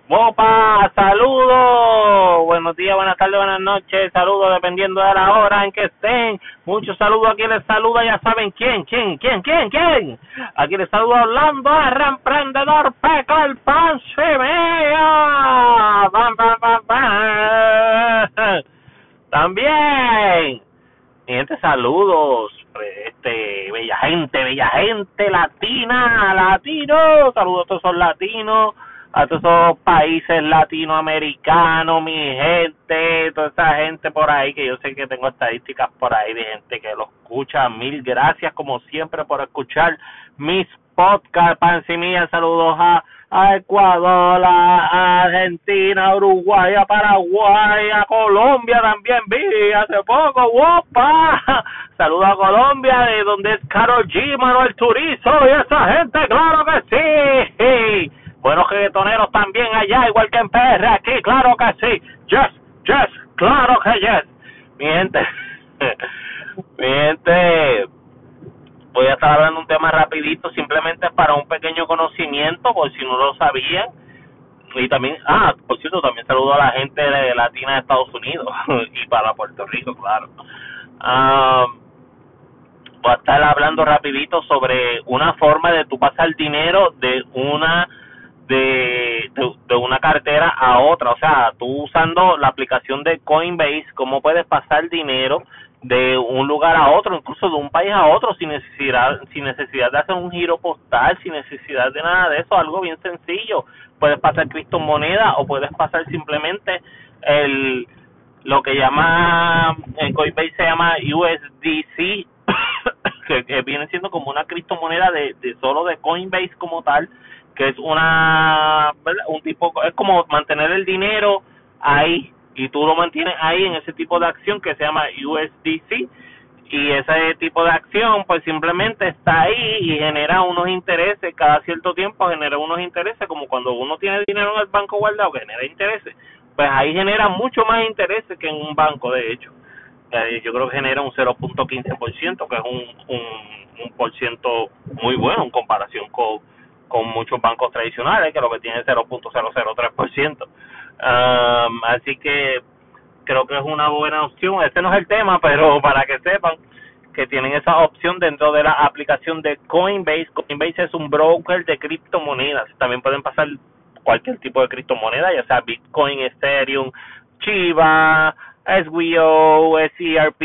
Mopa, saludos, buenos días, buenas tardes, buenas noches, saludos dependiendo de la hora en que estén. Muchos saludos, aquí les saluda, ya saben quién. Aquí les saluda Orlando R, emprendedor Peco el Pan Semilla. También, mi gente, saludos, bella gente latina, latino, saludos a todos esos latinos, a todos esos países latinoamericanos, mi gente, toda esa gente por ahí, que yo sé que tengo estadísticas por ahí de gente que lo escucha. Mil gracias como siempre por escuchar mis podcasts, Pan Semilla. Saludos a Ecuador, a Argentina, a Uruguay, a Paraguay, a Colombia también vi hace poco, ¡wopa! Saludos a Colombia, de donde es Karol G, Manuel Turizo y esa gente, claro que sí. Buenos reggaetoneros también allá, igual que en PR, aquí, claro que sí. Yes, claro que yes. Mi gente, voy a estar hablando un tema rapidito, simplemente para un pequeño conocimiento, por si no lo sabían. Y también, por cierto, también saludo a la gente de latina de Estados Unidos y para Puerto Rico, claro. Voy a estar hablando rapidito sobre una forma de tú pasar dinero de una cartera a otra, o sea, tú usando la aplicación de Coinbase, cómo puedes pasar dinero de un lugar a otro, incluso de un país a otro, sin necesidad de hacer un giro postal, sin necesidad de nada de eso, algo bien sencillo. Puedes pasar criptomonedas o puedes pasar simplemente lo que llama en Coinbase se llama USDC que viene siendo como una criptomoneda de solo de Coinbase como tal, que es un tipo, es como mantener el dinero ahí y tú lo mantienes ahí en ese tipo de acción que se llama USDC, y ese tipo de acción pues simplemente está ahí y genera unos intereses cada cierto tiempo, genera unos intereses como cuando uno tiene dinero en el banco guardado que genera intereses, pues ahí genera mucho más intereses que en un banco. De hecho, yo creo que genera un 0.15%, que es un por ciento muy bueno en comparación con muchos bancos tradicionales, que lo que tiene es 0.003%. Así que creo que es una buena opción. Este no es el tema, pero para que sepan que tienen esa opción dentro de la aplicación de Coinbase. Coinbase es un broker de criptomonedas. También pueden pasar cualquier tipo de criptomoneda, ya sea Bitcoin, Ethereum, Chiva, SWO, SERP,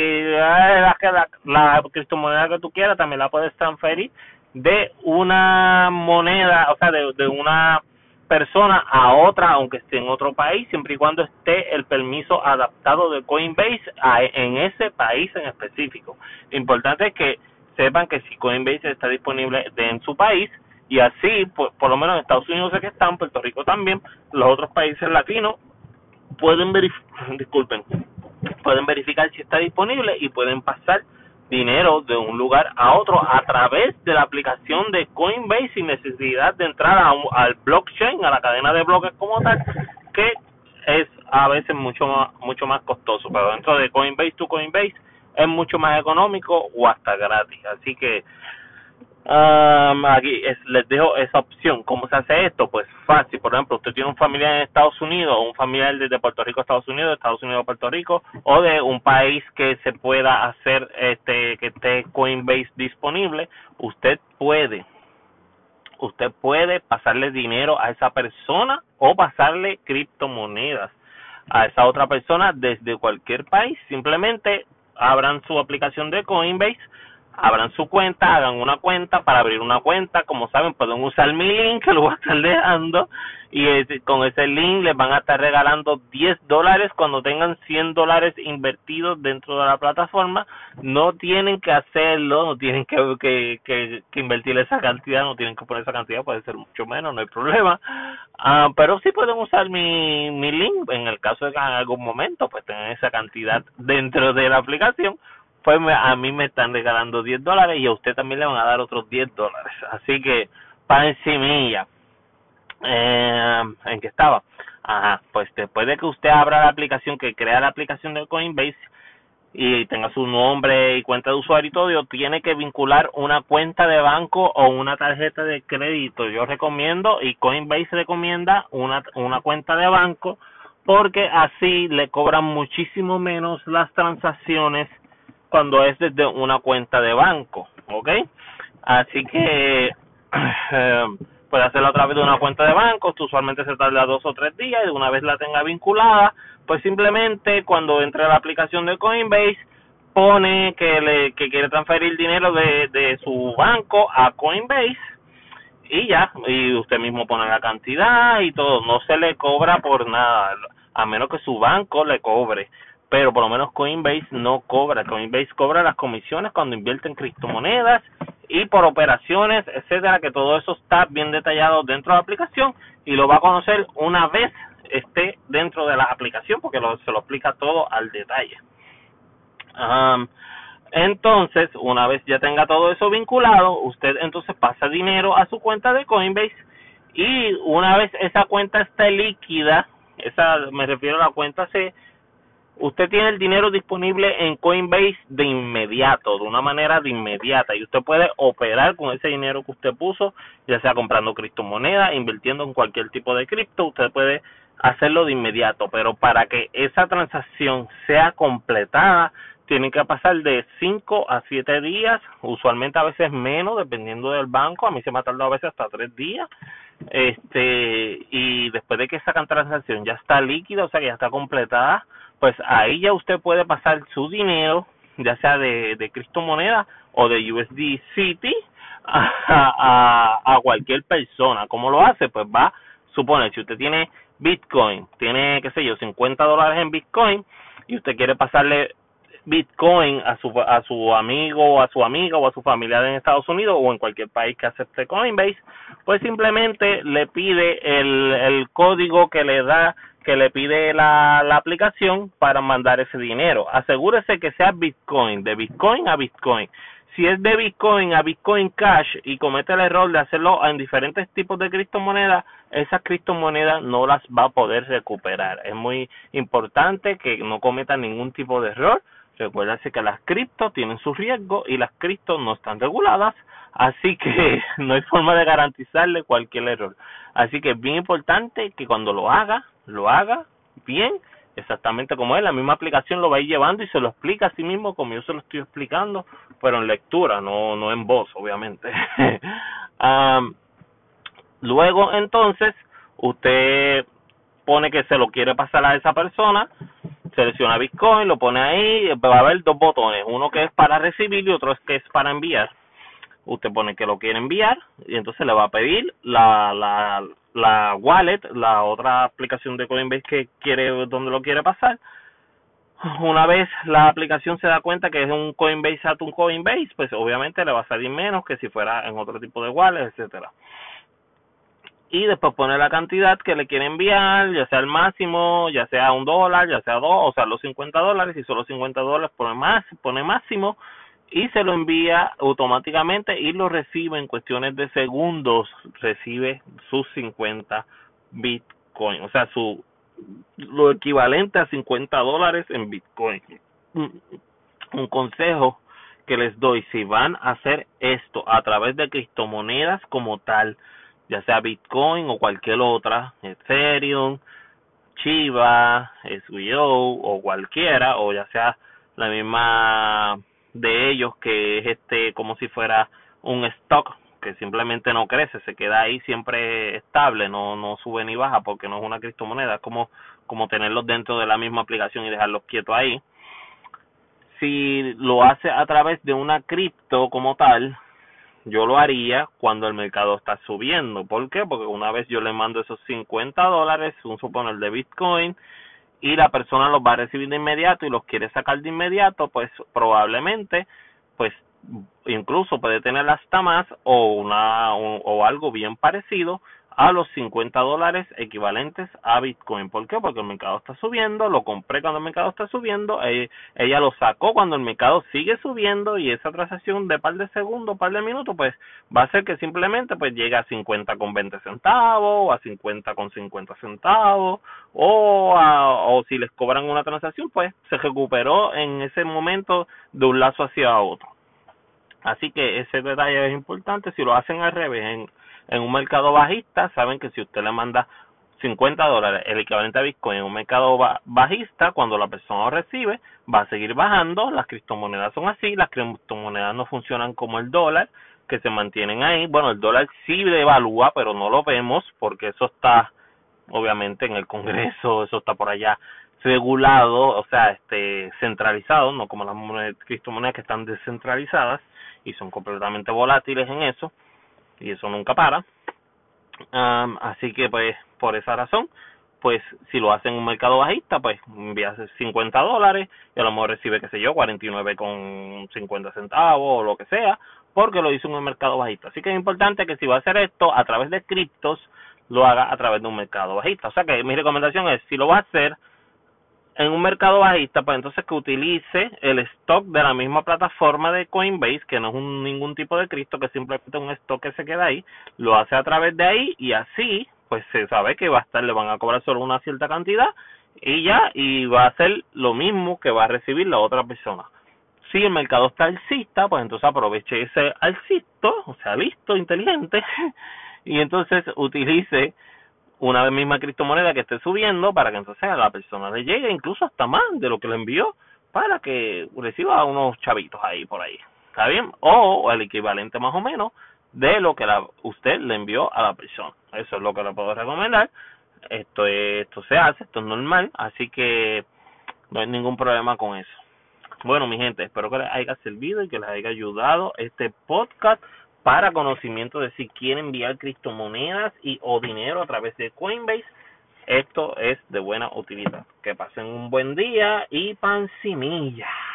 la criptomoneda que tú quieras, también la puedes transferir de una moneda, o sea, de una persona a otra, aunque esté en otro país, siempre y cuando esté el permiso adaptado de Coinbase en ese país en específico. Lo importante es que sepan que si Coinbase está disponible en su país, y así, pues, por lo menos en Estados Unidos sé que están, Puerto Rico también, los otros países latinos pueden verificar si está disponible y pueden pasar dinero de un lugar a otro a través de la aplicación de Coinbase sin necesidad de entrar al blockchain, a la cadena de bloques como tal, que es a veces mucho más costoso, pero dentro de Coinbase to Coinbase es mucho más económico o hasta gratis. Así que aquí les dejo esa opción. ¿Cómo se hace esto? Pues fácil. Por ejemplo, usted tiene un familiar en Estados Unidos, o un familiar desde Puerto Rico a Estados Unidos a Puerto Rico, o de un país que se pueda hacer que esté Coinbase disponible. Usted puede pasarle dinero a esa persona o pasarle criptomonedas a esa otra persona desde cualquier país. Simplemente abran su aplicación de Coinbase, abran su cuenta, hagan una cuenta. Para abrir una cuenta, como saben, pueden usar mi link que lo voy a estar dejando, y con ese link les van a estar regalando $10 cuando tengan $100 invertidos dentro de la plataforma. No tienen que hacerlo, no tienen que invertir esa cantidad, no tienen que poner esa cantidad, puede ser mucho menos, no hay problema. Pero sí pueden usar mi link en el caso de que en algún momento pues tengan esa cantidad dentro de la aplicación. Pues a mí me están regalando $10 y a usted también le van a dar otros $10. Así que, Pan Semilla, ¿en qué estaba? Pues después de que usted abra la aplicación, que crea la aplicación de Coinbase, y tenga su nombre y cuenta de usuario y todo, tiene que vincular una cuenta de banco o una tarjeta de crédito. Yo recomiendo, y Coinbase recomienda, una cuenta de banco, porque así le cobran muchísimo menos las transacciones cuando es desde una cuenta de banco, ¿ok? Así que puede hacerlo a través de una cuenta de banco, esto usualmente se tarda 2 o 3 días, y de una vez la tenga vinculada, pues simplemente cuando entre a la aplicación de Coinbase, pone que quiere transferir dinero de su banco a Coinbase, y ya, y usted mismo pone la cantidad y todo, no se le cobra por nada, a menos que su banco le cobre, pero por lo menos Coinbase no cobra. Coinbase cobra las comisiones cuando invierte en criptomonedas y por operaciones, etcétera, que todo eso está bien detallado dentro de la aplicación, y lo va a conocer una vez esté dentro de la aplicación, porque se lo explica todo al detalle. Entonces, una vez ya tenga todo eso vinculado, usted entonces pasa dinero a su cuenta de Coinbase, y una vez esa cuenta esté líquida, me refiero a la cuenta usted tiene el dinero disponible en Coinbase de inmediato, de una manera de inmediata, y usted puede operar con ese dinero que usted puso, ya sea comprando criptomonedas, invirtiendo en cualquier tipo de cripto, usted puede hacerlo de inmediato, pero para que esa transacción sea completada, tienen que pasar de 5 a 7 días, usualmente a veces menos, dependiendo del banco. A mí se me ha tardado a veces hasta 3 días. Y después de que esa transacción ya está líquida, o sea que ya está completada, pues ahí ya usted puede pasar su dinero, ya sea de criptomoneda o de USDC, a cualquier persona. ¿Cómo lo hace? Pues supone, si usted tiene Bitcoin, tiene, qué sé yo, $50 en Bitcoin, y usted quiere pasarle Bitcoin a su amigo o a su amiga o a su familiar en Estados Unidos o en cualquier país que acepte Coinbase, pues simplemente le pide el código que le pide la aplicación para mandar ese dinero. Asegúrese que sea Bitcoin, de Bitcoin a Bitcoin. Si es de Bitcoin a Bitcoin Cash y comete el error de hacerlo en diferentes tipos de criptomonedas, esas criptomonedas no las va a poder recuperar. Es muy importante que no cometa ningún tipo de error. Recuérdense que las criptos tienen su riesgo y las criptos no están reguladas, así que no hay forma de garantizarle cualquier error. Así que es bien importante que cuando lo haga bien, exactamente como es. La misma aplicación lo va a ir llevando y se lo explica a sí mismo como yo se lo estoy explicando, pero en lectura, no en voz, obviamente. Luego, entonces, usted pone que se lo quiere pasar a esa persona, selecciona Bitcoin, lo pone ahí, va a haber 2 botones, uno que es para recibir y otro que es para enviar. Usted pone que lo quiere enviar y entonces le va a pedir la wallet, la otra aplicación de Coinbase que quiere, donde lo quiere pasar. Una vez la aplicación se da cuenta que es un Coinbase a un Coinbase, pues obviamente le va a salir menos que si fuera en otro tipo de wallet, etcétera. Y después pone la cantidad que le quiere enviar, ya sea el máximo, ya sea $1, ya sea 2, o sea los $50, y solo $50 pone máximo, y se lo envía automáticamente y lo recibe en cuestiones de segundos, recibe sus 50 Bitcoin, o sea, lo equivalente a $50 en Bitcoin. Un consejo que les doy: si van a hacer esto a través de criptomonedas como tal, ya sea Bitcoin o cualquier otra, Ethereum, Chiva, SVO o cualquiera, o ya sea la misma de ellos, que es como si fuera un stock que simplemente no crece, se queda ahí siempre estable, no sube ni baja porque no es una criptomoneda, es como tenerlos dentro de la misma aplicación y dejarlos quietos ahí. Si lo hace a través de una cripto como tal, yo lo haría cuando el mercado está subiendo. ¿Por qué? Porque una vez yo le mando esos $50, un suponer de Bitcoin, y la persona los va a recibir de inmediato y los quiere sacar de inmediato, pues probablemente, pues incluso puede tener hasta más o algo bien parecido a los $50 equivalentes a Bitcoin. ¿Por qué? Porque el mercado está subiendo, lo compré cuando el mercado está subiendo, ella lo sacó cuando el mercado sigue subiendo y esa transacción de par de segundos, par de minutos, pues va a ser que simplemente pues llegue a 50,20 centavos, o a 50,50 centavos, o si les cobran una transacción, pues se recuperó en ese momento de un lazo hacia otro. Así que ese detalle es importante. Si lo hacen al revés, en un mercado bajista, saben que si usted le manda $50, el equivalente a Bitcoin, en un mercado bajista, cuando la persona lo recibe, va a seguir bajando. Las criptomonedas son así, las criptomonedas no funcionan como el dólar, que se mantienen ahí. Bueno, el dólar sí devalúa, pero no lo vemos, porque eso está, obviamente, en el Congreso, eso está por allá regulado, o sea, centralizado, no como las criptomonedas que están descentralizadas y son completamente volátiles en eso, y eso nunca para. Así que pues por esa razón, pues si lo hace en un mercado bajista, pues envía $50 y a lo mejor recibe, qué sé yo, 49,50 centavos o lo que sea, porque lo hizo en un mercado bajista. Así que es importante que si va a hacer esto a través de criptos, lo haga a través de un mercado bajista. O sea que mi recomendación es, si lo va a hacer en un mercado bajista, pues entonces que utilice el stock de la misma plataforma de Coinbase, que no es ningún tipo de cripto, que es simplemente un stock que se queda ahí, lo hace a través de ahí y así pues se sabe que le van a cobrar solo una cierta cantidad y ya, y va a ser lo mismo que va a recibir la otra persona. Si el mercado está alcista, pues entonces aproveche ese alcisto, o sea, listo, inteligente, y entonces utilice una misma criptomoneda que esté subiendo para que entonces a la persona le llegue incluso hasta más de lo que le envió, para que reciba unos chavitos ahí por ahí. ¿Está bien? O el equivalente más o menos de lo que usted le envió a la persona. Eso es lo que le puedo recomendar. Esto se hace, esto es normal, así que no hay ningún problema con eso. Bueno, mi gente, espero que les haya servido y que les haya ayudado este podcast para conocimiento de si quieren enviar criptomonedas o dinero a través de Coinbase. Esto es de buena utilidad. Que pasen un buen día y pan semilla.